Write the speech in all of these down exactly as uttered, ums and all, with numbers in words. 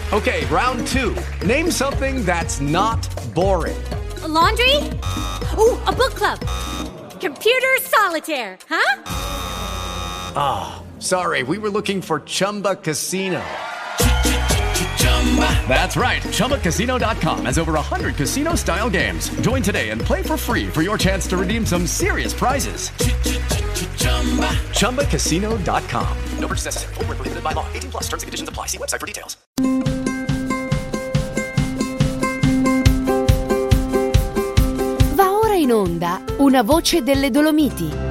Okay, round two. Name something that's not boring. A laundry? Ooh, a book club. Computer solitaire, huh? Ah, oh, sorry, we were looking for Chumba Casino. That's right, Chumba Casino dot com has over one hundred casino-style games. Join today and play for free for your chance to redeem some serious prizes. Chumba Casino dot com. No purchase necessary. Void where prohibited by law. eighteen plus terms and conditions apply. See website for details. Va ora in onda Una voce delle Dolomiti.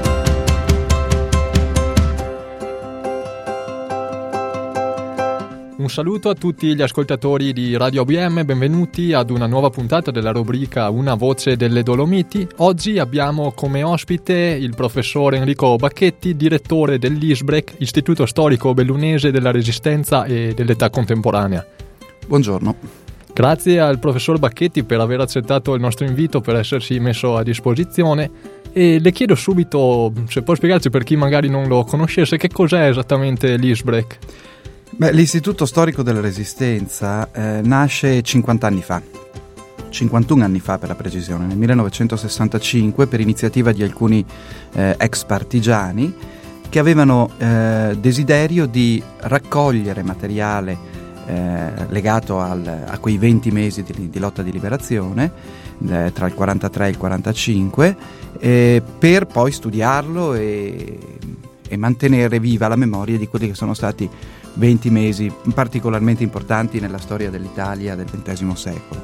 Un saluto a tutti gli ascoltatori di Radio A B M, benvenuti ad una nuova puntata della rubrica Una voce delle Dolomiti. Oggi abbiamo come ospite il professor Enrico Bacchetti, direttore dell'I S B R E C, Istituto Storico Bellunese della Resistenza e dell'Età Contemporanea. Buongiorno. Grazie al professor Bacchetti per aver accettato il nostro invito, per essersi messo a disposizione. E le chiedo subito se può spiegarci, per chi magari non lo conoscesse, che cos'è esattamente l'I S B R E C. Beh, l'Istituto Storico della Resistenza eh, nasce cinquanta anni fa, cinquantuno anni fa per la precisione, nel millenovecentosessantacinque, per iniziativa di alcuni eh, ex partigiani che avevano eh, desiderio di raccogliere materiale eh, legato al, a quei venti mesi di, di lotta di liberazione eh, tra il quarantatré e il quarantacinque, eh, per poi studiarlo e, e mantenere viva la memoria di quelli che sono stati venti mesi particolarmente importanti nella storia dell'Italia del ventesimo secolo.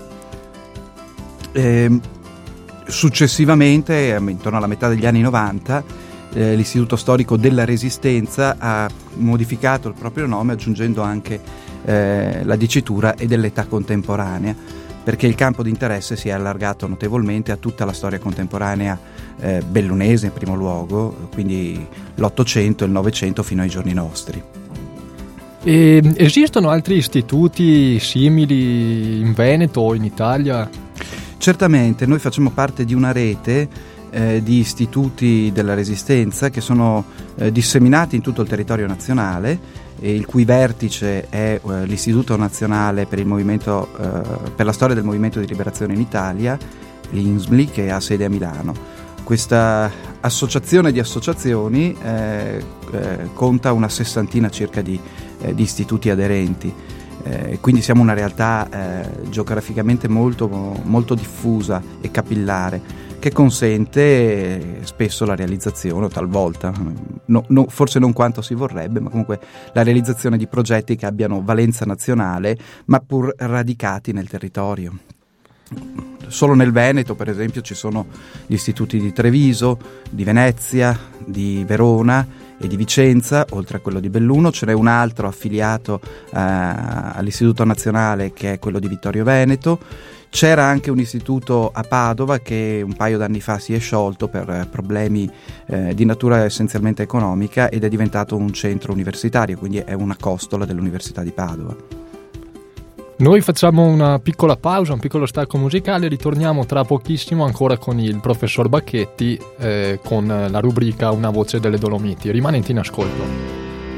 E successivamente, intorno alla metà degli anni novanta, eh, l'Istituto Storico della Resistenza ha modificato il proprio nome, aggiungendo anche eh, la dicitura e dell'età contemporanea, perché il campo di interesse si è allargato notevolmente a tutta la storia contemporanea eh, bellunese in primo luogo, quindi l'Ottocento e il Novecento fino ai giorni nostri. E esistono altri istituti simili in Veneto o in Italia? Certamente, noi facciamo parte di una rete eh, di istituti della Resistenza che sono eh, disseminati in tutto il territorio nazionale, e il cui vertice è eh, l'Istituto Nazionale per il movimento eh, per la storia del movimento di liberazione in Italia, l'I N S M L I, che ha sede a Milano. Questa associazione di associazioni eh, eh, conta una sessantina circa di, eh, di istituti aderenti, eh, quindi siamo una realtà eh, geograficamente molto, molto diffusa e capillare, che consente spesso la realizzazione, o talvolta, no, no, forse non quanto si vorrebbe, ma comunque la realizzazione di progetti che abbiano valenza nazionale, ma pur radicati nel territorio. Solo nel Veneto, per esempio, ci sono gli istituti di Treviso, di Venezia, di Verona e di Vicenza, oltre a quello di Belluno. Ce n'è un altro affiliato eh, all'Istituto Nazionale, che è quello di Vittorio Veneto. C'era anche un istituto a Padova che un paio d'anni fa si è sciolto per problemi eh, di natura essenzialmente economica, ed è diventato un centro universitario, quindi è una costola dell'Università di Padova. Noi facciamo una piccola pausa, un piccolo stacco musicale, ritorniamo tra pochissimo ancora con il professor Bacchetti eh, con la rubrica Una voce delle Dolomiti. Rimanete in ascolto.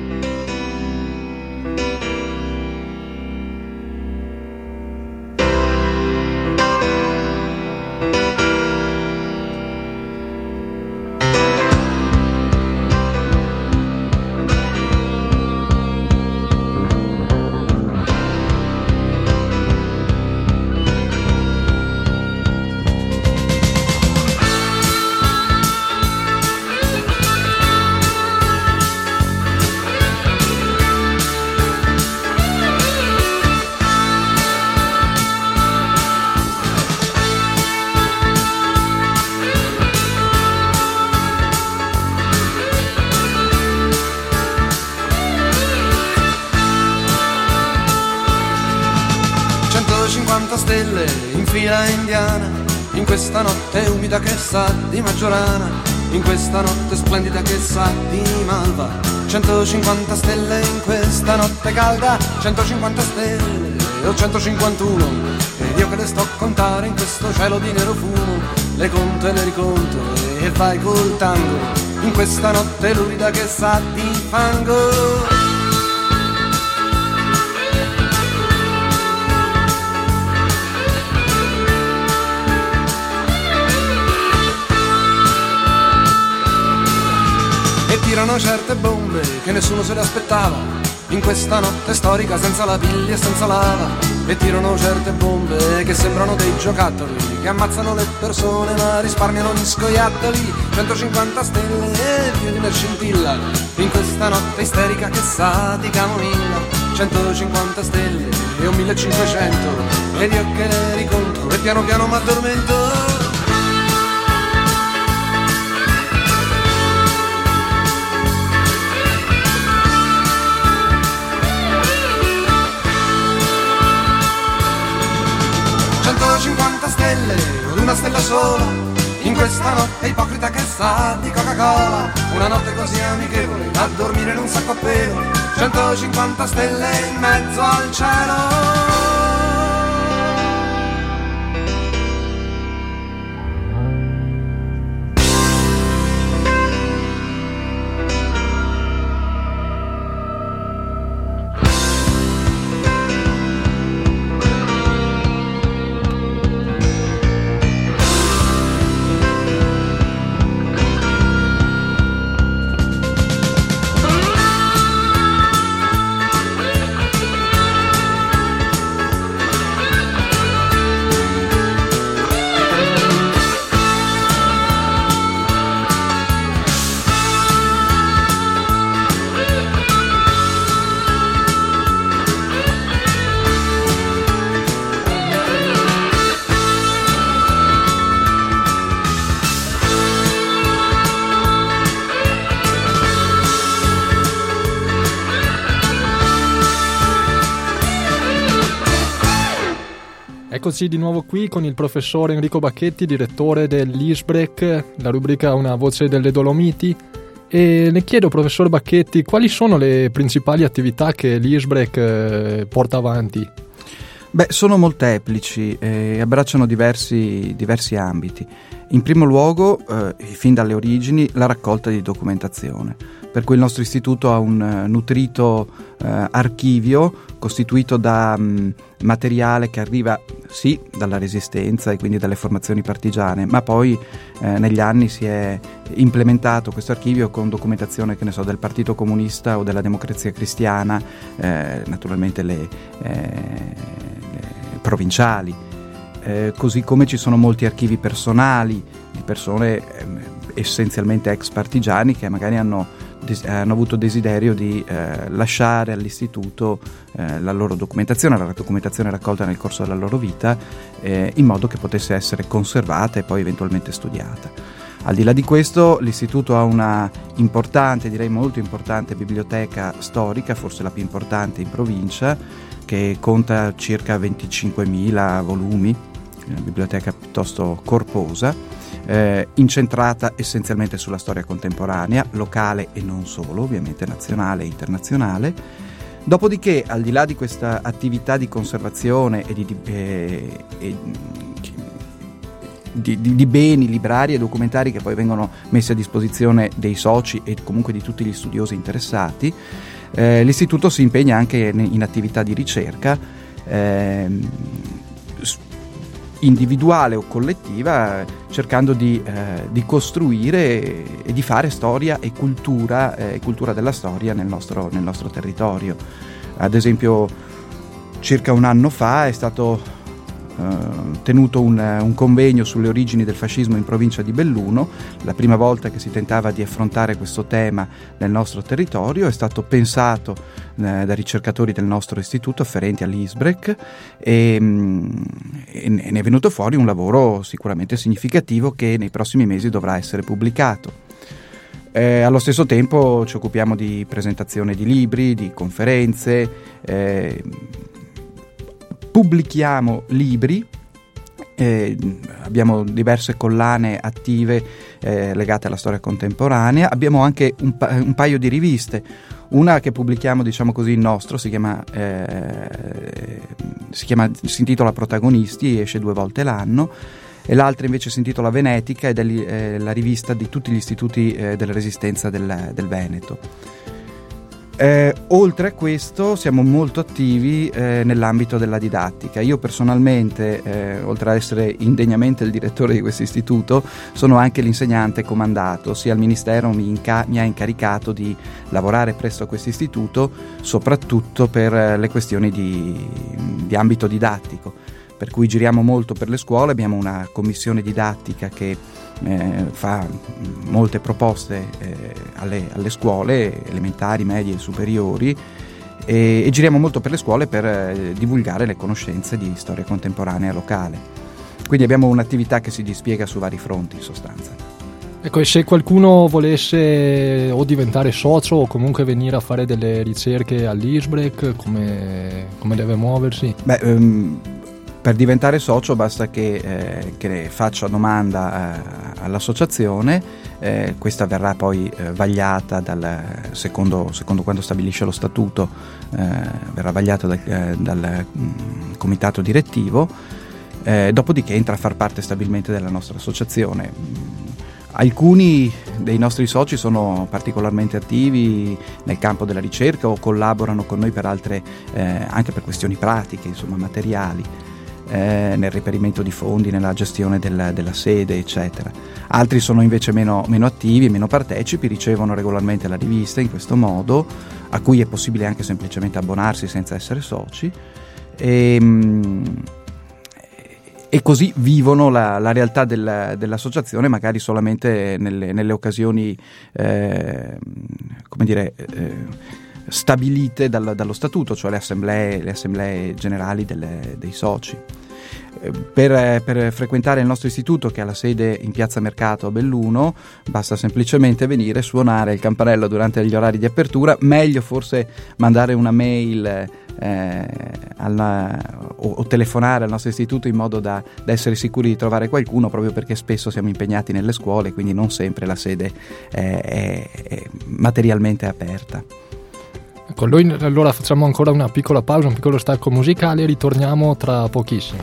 Stelle in fila indiana, in questa notte umida che sa di Maggiorana, in questa notte splendida che sa di Malva. Centocinquanta stelle in questa notte calda, centocinquanta stelle o centocinquantuno, ed io che le sto a contare in questo cielo di nero fumo, le conto e le riconto e vai col tango, in questa notte lurida che sa di fango. tirano certe bombe che nessuno se le aspettava in questa notte storica senza la piglia e senza lava. E tirano certe bombe che sembrano dei giocattoli che ammazzano le persone ma risparmiano gli scoiattoli. Centocinquanta stelle e più di una scintilla in questa notte isterica che sa di camomilla. Centocinquanta stelle e un millecinquecento ed io che le riconto e piano piano m'addormento. centocinquanta stelle od una stella sola in questa notte ipocrita che sa di Coca-Cola. Una notte così amichevole a dormire in un sacco a pelo. Centocinquanta stelle in mezzo al cielo. Eccoci di nuovo qui con il professor Enrico Bacchetti, direttore dell'I S B R E C, la rubrica Una voce delle Dolomiti. E le chiedo, professor Bacchetti, quali sono le principali attività che l'I S B R E C porta avanti? Beh, sono molteplici e abbracciano diversi, diversi ambiti. In primo luogo, eh, fin dalle origini, la raccolta di documentazione, per cui il nostro istituto ha un uh, nutrito uh, archivio costituito da um, materiale che arriva sì dalla Resistenza e quindi dalle formazioni partigiane, ma poi eh, negli anni si è implementato questo archivio con documentazione, che ne so, del Partito Comunista o della Democrazia Cristiana, eh, naturalmente le, eh, le provinciali, eh, così come ci sono molti archivi personali di persone eh, essenzialmente ex partigiani che magari hanno hanno avuto desiderio di eh, lasciare all'istituto eh, la loro documentazione, la documentazione raccolta nel corso della loro vita, eh, in modo che potesse essere conservata e poi eventualmente studiata. Al di là di questo, l'istituto ha una importante, direi molto importante, biblioteca storica, forse la più importante in provincia, che conta circa venticinquemila volumi, una biblioteca piuttosto corposa, Eh, incentrata essenzialmente sulla storia contemporanea, locale e non solo, ovviamente nazionale e internazionale. Dopodiché, al di là di questa attività di conservazione e di, di, eh, e, di, di, di beni, librari e documentari che poi vengono messi a disposizione dei soci e comunque di tutti gli studiosi interessati, eh, l'istituto si impegna anche in, in attività di ricerca, eh, individuale o collettiva, cercando di, eh, di costruire e di fare storia e cultura, eh, cultura della storia nel nostro, nel nostro territorio. Ad esempio, circa un anno fa è stato eh, tenuto un, un convegno sulle origini del fascismo in provincia di Belluno, la prima volta che si tentava di affrontare questo tema nel nostro territorio. È stato pensato eh, da ricercatori del nostro istituto afferenti all'I S B R E C e, e ne è venuto fuori un lavoro sicuramente significativo che nei prossimi mesi dovrà essere pubblicato. Eh, allo stesso tempo ci occupiamo di presentazione di libri, di conferenze, eh, pubblichiamo libri, eh, abbiamo diverse collane attive eh, legate alla storia contemporanea, abbiamo anche un, pa- un paio di riviste, una che pubblichiamo, diciamo così, il nostro, si chiama, eh, si chiama, si intitola Protagonisti, esce due volte l'anno, e l'altra invece si intitola Venetica ed è li, eh, la rivista di tutti gli istituti eh, della Resistenza del, del Veneto. Eh, oltre a questo siamo molto attivi eh, nell'ambito della didattica. Io personalmente, eh, oltre ad essere indegnamente il direttore di questo istituto, sono anche l'insegnante comandato, ossia il Ministero mi, inca- mi ha incaricato di lavorare presso questo istituto soprattutto per eh, le questioni di, di ambito didattico, per cui giriamo molto per le scuole. Abbiamo una commissione didattica che Eh, fa molte proposte eh, alle, alle scuole elementari, medie e superiori e, e giriamo molto per le scuole per eh, divulgare le conoscenze di storia contemporanea locale. Quindi abbiamo un'attività che si dispiega su vari fronti in sostanza. Ecco, e se qualcuno volesse o diventare socio o comunque venire a fare delle ricerche all'Isbrec, come, come deve muoversi? Beh, um, per diventare socio basta che, eh, che faccia domanda eh, all'associazione, eh, questa verrà poi eh, vagliata dal, secondo, secondo quanto stabilisce lo statuto, eh, verrà vagliata dal, eh, dal mh, comitato direttivo, eh, dopodiché entra a far parte stabilmente della nostra associazione. Alcuni dei nostri soci sono particolarmente attivi nel campo della ricerca o collaborano con noi per altre, eh, anche per questioni pratiche, insomma materiali. Eh, nel reperimento di fondi, nella gestione del, della sede, eccetera. Altri sono invece meno, meno attivi e meno partecipi, ricevono regolarmente la rivista in questo modo, a cui è possibile anche semplicemente abbonarsi senza essere soci, e, e così vivono la, la realtà del, dell'associazione magari solamente nelle, nelle occasioni eh, come dire eh, stabilite dal, dallo statuto, cioè le assemblee, le assemblee generali delle, dei soci. Per, per frequentare il nostro istituto, che ha la sede in Piazza Mercato a Belluno, basta semplicemente venire, suonare il campanello durante gli orari di apertura. Meglio forse mandare una mail eh, alla, o, o telefonare al nostro istituto in modo da, da essere sicuri di trovare qualcuno, proprio perché spesso siamo impegnati nelle scuole, quindi non sempre la sede è, è, è materialmente aperta. Ecco, noi allora facciamo ancora una piccola pausa, un piccolo stacco musicale e ritorniamo tra pochissimo.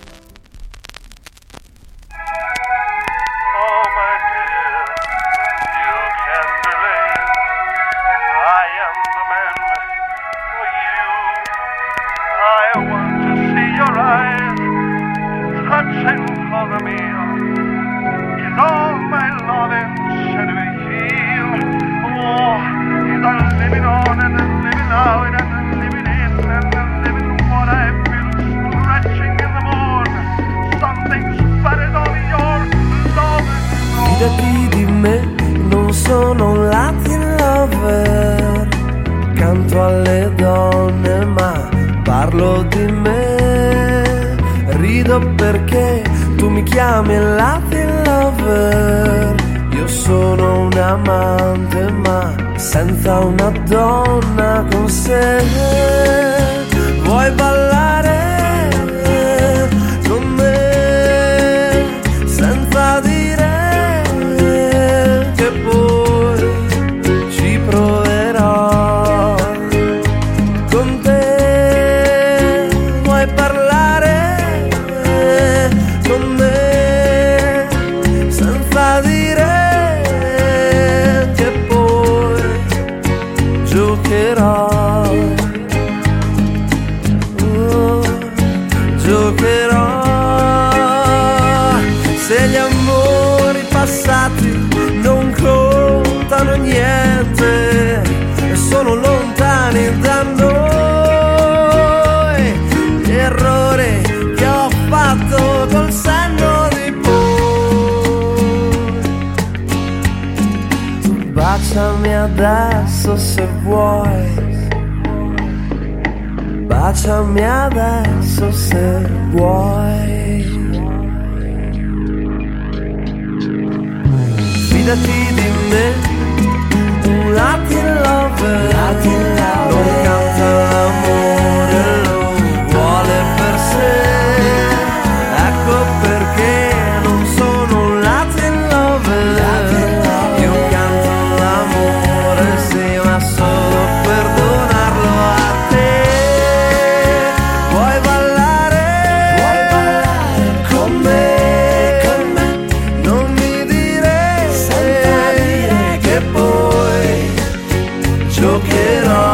Oh my dear, you can believe I am the man for you. I want to see your eyes touching for me. Is all my loving should we feel? Oh, is I'm living on and living out and living in and living what I feel stretching in the moon. Something's better than your love. Fidati di me, non sono un Latin lover. Canto alle donne ma parlo di me. Rido perché tu mi chiami Latin lover. Io sono un amante ma senza una donna con sé. Vuoi ballare con me senza dire che poi ci proverò con te. Vuoi parlare con me senza dire che poi giocherò. Oh, giocherò. Se gli amori passati non contano niente, sono lontani da noi, gli errori che ho fatto col senno di poi. Baciami adesso se vuoi, baciami adesso se vuoi. Fidati di me, un Latin lover, Latin lover. Non canta l'amore, lo vuole per sé. Ecco perché non sono un Latin lover, Latin lover. Io canto l'amore, sì, ma solo per donarlo a te. Vuoi ballare, vuoi ballare con me, con me. Non mi dire che poi giocherò.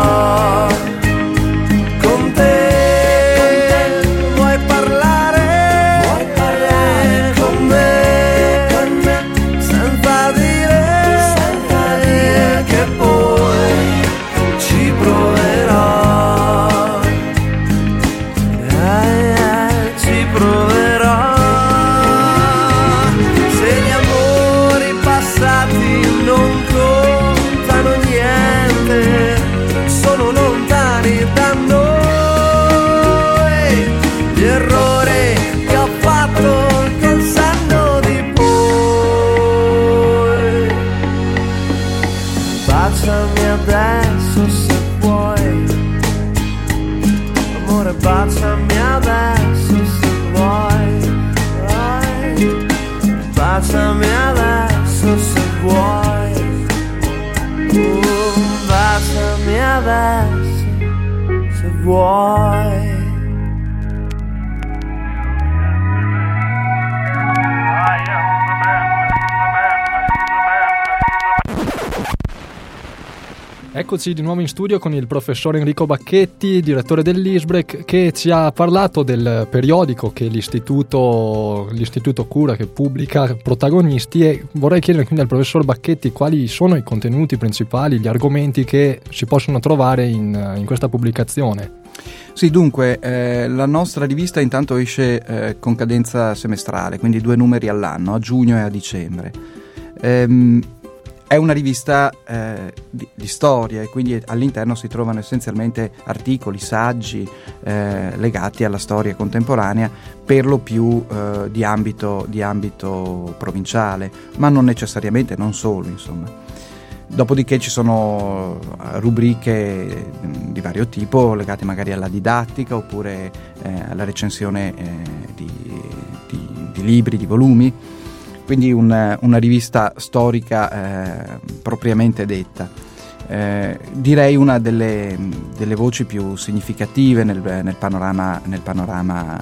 amore, baciami adesso se vuoi, vai. Baciami adesso se vuoi, uh, baciami adesso se vuoi. Eccoci di nuovo in studio con il professor Enrico Bacchetti, direttore dell'I S B R E C, che ci ha parlato del periodico che l'istituto, l'istituto cura, che pubblica Protagonisti, e vorrei chiedere quindi al professor Bacchetti quali sono i contenuti principali, gli argomenti che si possono trovare in, in questa pubblicazione. Sì, dunque, eh, la nostra rivista intanto esce eh, con cadenza semestrale, quindi due numeri all'anno, a giugno e a dicembre. Ehm, È una rivista eh, di, di storia e quindi all'interno si trovano essenzialmente articoli, saggi eh, legati alla storia contemporanea, per lo più eh, di ambito, di ambito provinciale, ma non necessariamente, non solo, insomma. Dopodiché ci sono rubriche di vario tipo legate magari alla didattica oppure eh, alla recensione eh, di, di, di libri, di volumi. Quindi un, una rivista storica eh, propriamente detta. Eh, direi una delle, delle voci più significative nel, nel panorama, nel panorama,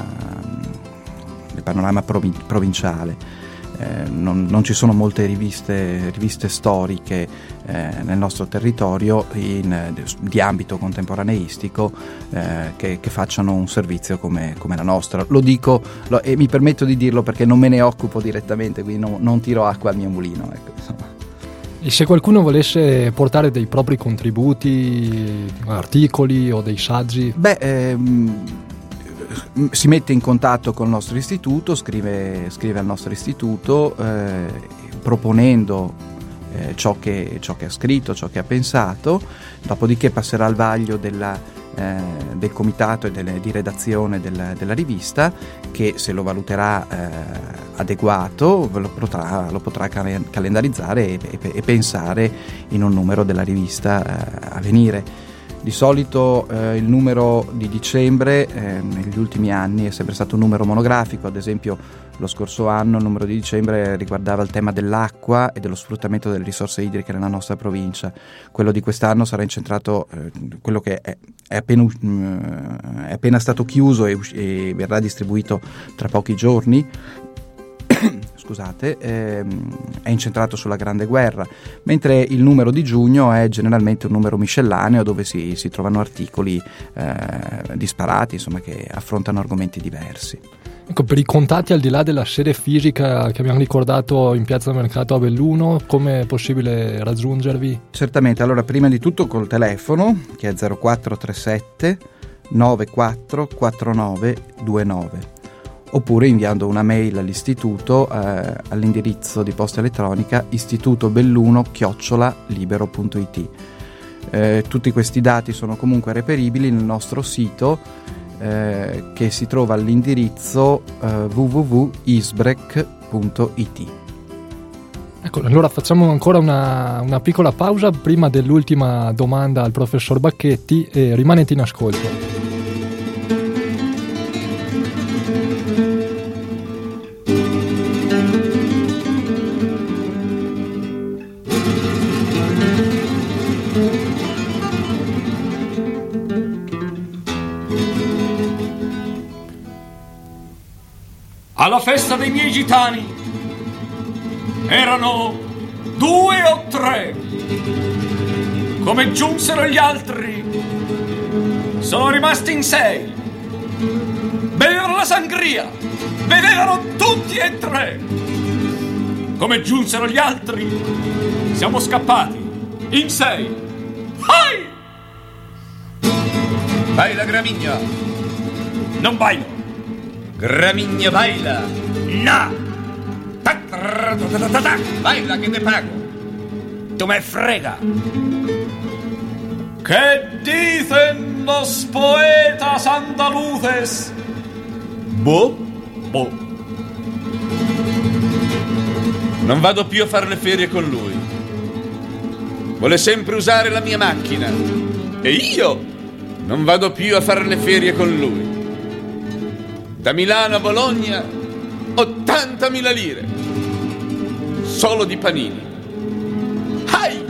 nel panorama provin- provinciale. Eh, non, non ci sono molte riviste, riviste storiche eh, nel nostro territorio in, di ambito contemporaneistico eh, che, che facciano un servizio come, come la nostra. Lo dico lo, e mi permetto di dirlo perché non me ne occupo direttamente, quindi no, non tiro acqua al mio mulino. Ecco, insomma. E se qualcuno volesse portare dei propri contributi, articoli o dei saggi? Beh, ehm, si mette in contatto con il nostro istituto, scrive, scrive al nostro istituto eh, proponendo eh, ciò, che, ciò che ha scritto, ciò che ha pensato, dopodiché passerà al vaglio della, eh, del comitato e delle, di redazione della, della rivista, che se lo valuterà eh, adeguato lo potrà, lo potrà calendarizzare e, e, e pensare in un numero della rivista eh, a venire. Di solito eh, il numero di dicembre eh, negli ultimi anni è sempre stato un numero monografico. Ad esempio lo scorso anno il numero di dicembre riguardava il tema dell'acqua e dello sfruttamento delle risorse idriche nella nostra provincia. Quello di quest'anno sarà incentrato, eh, quello che è, è, appena, uh, è appena stato chiuso e, e verrà distribuito tra pochi giorni, scusate, ehm, è incentrato sulla Grande Guerra, mentre il numero di giugno è generalmente un numero miscellaneo dove si, si trovano articoli eh, disparati, insomma, che affrontano argomenti diversi. Ecco, per i contatti al di là della sede fisica che abbiamo ricordato in Piazza Mercato a Belluno, come è possibile raggiungervi? Certamente, allora prima di tutto col telefono che è zero quattro tre sette nove quattro quattro nove due nove, oppure inviando una mail all'istituto eh, all'indirizzo di posta elettronica istitutobelluno chiocciola libero punto it. Eh, tutti questi dati sono comunque reperibili nel nostro sito eh, che si trova all'indirizzo eh, w w w punto i s b r e c punto it. Ecco, allora facciamo ancora una, una piccola pausa prima dell'ultima domanda al professor Bacchetti e rimanete in ascolto. Alla festa dei miei gitani erano due o tre. Come giunsero gli altri, sono rimasti in sei. Bevevano la sangria, bevevano tutti e tre. Come giunsero gli altri, siamo scappati in sei. Hai! Baila Gramigna. Non bailo. Gramigna baila. No. Baila che te pago. Tu me frega. ¿Qué dicen los poetas andaluces? Boh. Boh. Non vado più a fare le ferie con lui. Vuole sempre usare la mia macchina. E io Non vado più a fare le ferie con lui. Da Milano a Bologna ottantamila lire solo di panini. Hai!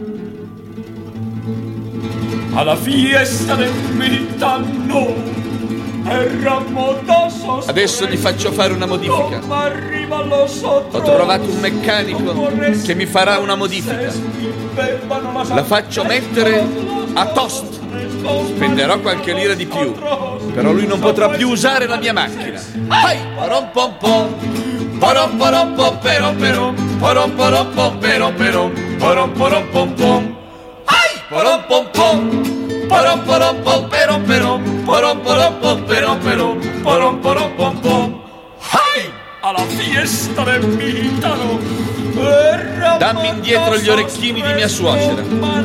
Alla fiesta del militano eravamo da sospetto. Adesso gli faccio fare una modifica. Come arriva lo sotto. Ho trovato un meccanico che mi farà una modifica. La faccio mettere a toast. Spenderò qualche lira di più, però lui non potrà più usare la mia macchina. Hai! Parom pom pom. Parom parom pom perom perom. Parom parom pom perom perom. Parom parom pom pom. Hai! Parom pom pom. Parom parom pom perom perom. Parom parom pom perom perom. Parom parom pom pom. Hai! Alla fiesta del militano. Dammi indietro gli orecchini di mia suocera.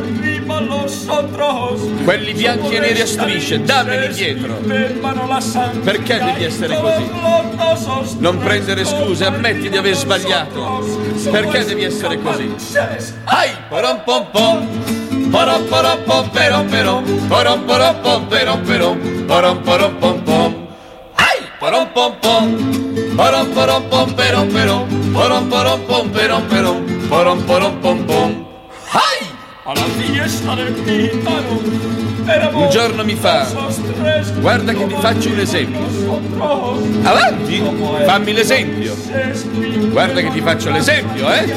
Quelli bianchi e neri a strisce, dammeli indietro. Perché devi essere così? Non prendere scuse, ammetti di aver sbagliato. Perché devi essere così? Hai! Parom pom pom. Parom parom pom perom perom. Parom parom pom perom perom. Parom parom pom pom. Hai! Parom pom pom. Parom parom pom perom perom. Parom parom pom perom perom. Parom parom pom pom. Hai! Alla fiesta del militano. Un giorno mi fa: guarda che ti faccio un esempio. Avanti, fammi l'esempio. Guarda che ti faccio l'esempio, eh?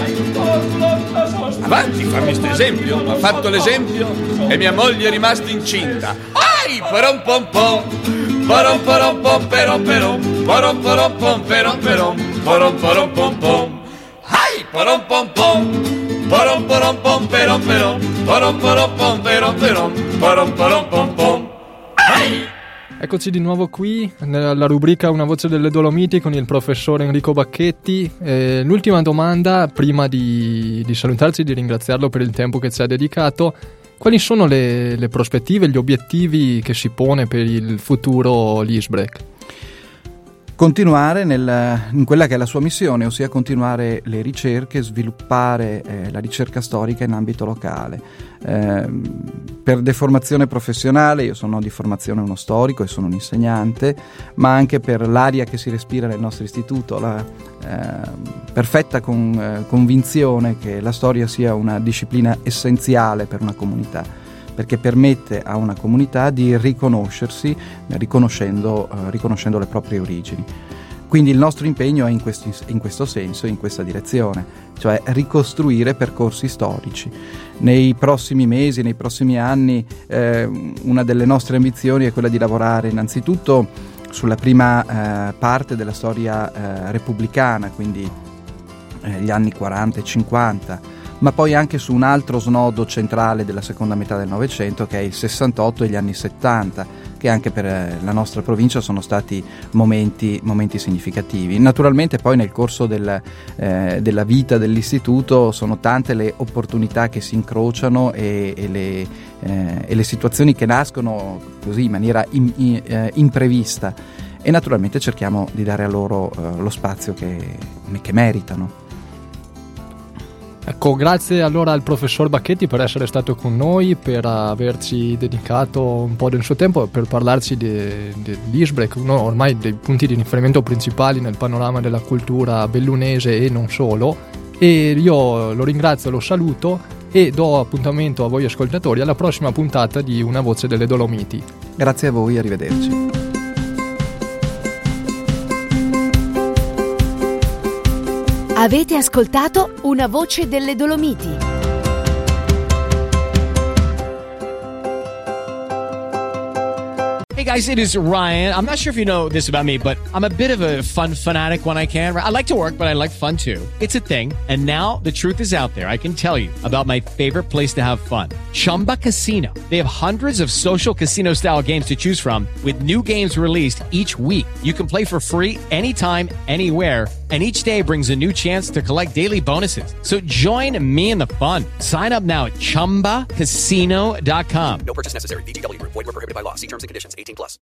Avanti, fammi questo esempio. Ha fatto l'esempio e mia moglie è rimasta incinta. Ai! Parom pom pom. Parom parom pom perom perom. Parom parom pom perom perom. Parom parom pom pom. Ai! Parom pom pom. Parom parom pom perom perom. Parom parom pom perom perom. Parom parom pom pom. Ai! Eccoci di nuovo qui nella rubrica Una voce delle Dolomiti con il professor Enrico Bacchetti. Eh, l'ultima domanda, prima di, di salutarci e di ringraziarlo per il tempo che ci ha dedicato: quali sono le, le prospettive, gli obiettivi che si pone per il futuro l'Isbrec? Continuare nel, in quella che è la sua missione, ossia continuare le ricerche, sviluppare eh, la ricerca storica in ambito locale. Eh, per deformazione professionale, io sono di formazione uno storico e sono un insegnante, ma anche per l'aria che si respira nel nostro istituto, la eh, perfetta con, eh, convinzione che la storia sia una disciplina essenziale per una comunità, perché permette a una comunità di riconoscersi riconoscendo, uh, riconoscendo le proprie origini. Quindi il nostro impegno è in questo, in questo senso, in questa direzione, cioè ricostruire percorsi storici. Nei prossimi mesi, nei prossimi anni, eh, una delle nostre ambizioni è quella di lavorare innanzitutto sulla prima eh, parte della storia eh, repubblicana, quindi eh, gli anni quaranta e cinquanta, ma poi anche su un altro snodo centrale della seconda metà del Novecento, che è il sessantotto e gli anni settanta, che anche per la nostra provincia sono stati momenti, momenti significativi. Naturalmente poi nel corso del, eh, della vita dell'istituto sono tante le opportunità che si incrociano e, e, le, eh, e le situazioni che nascono così in maniera in, in, eh, imprevista, e naturalmente cerchiamo di dare a loro eh, lo spazio che, che meritano. Ecco, grazie allora al professor Bacchetti per essere stato con noi, per averci dedicato un po' del suo tempo per parlarci dell'Isbrec, uno ormai dei punti di riferimento principali nel panorama della cultura bellunese e non solo. E io lo ringrazio, lo saluto e do appuntamento a voi ascoltatori alla prossima puntata di Una voce delle Dolomiti. Grazie a voi, arrivederci. Avete ascoltato Una voce delle Dolomiti. Hey guys, it is Ryan. I'm not sure if you know this about me, but I'm a bit of a fun fanatic when I can. I like to work, but I like fun too. It's a thing. And now the truth is out there. I can tell you about my favorite place to have fun. Chumba Casino. They have hundreds of social casino style games to choose from with new games released each week. You can play for free anytime, anywhere. And each day brings a new chance to collect daily bonuses. So join me in the fun. Sign up now at chumba casino dot com. No purchase necessary. V G W Group. Void where prohibited by law. See terms and conditions. eighteen plus.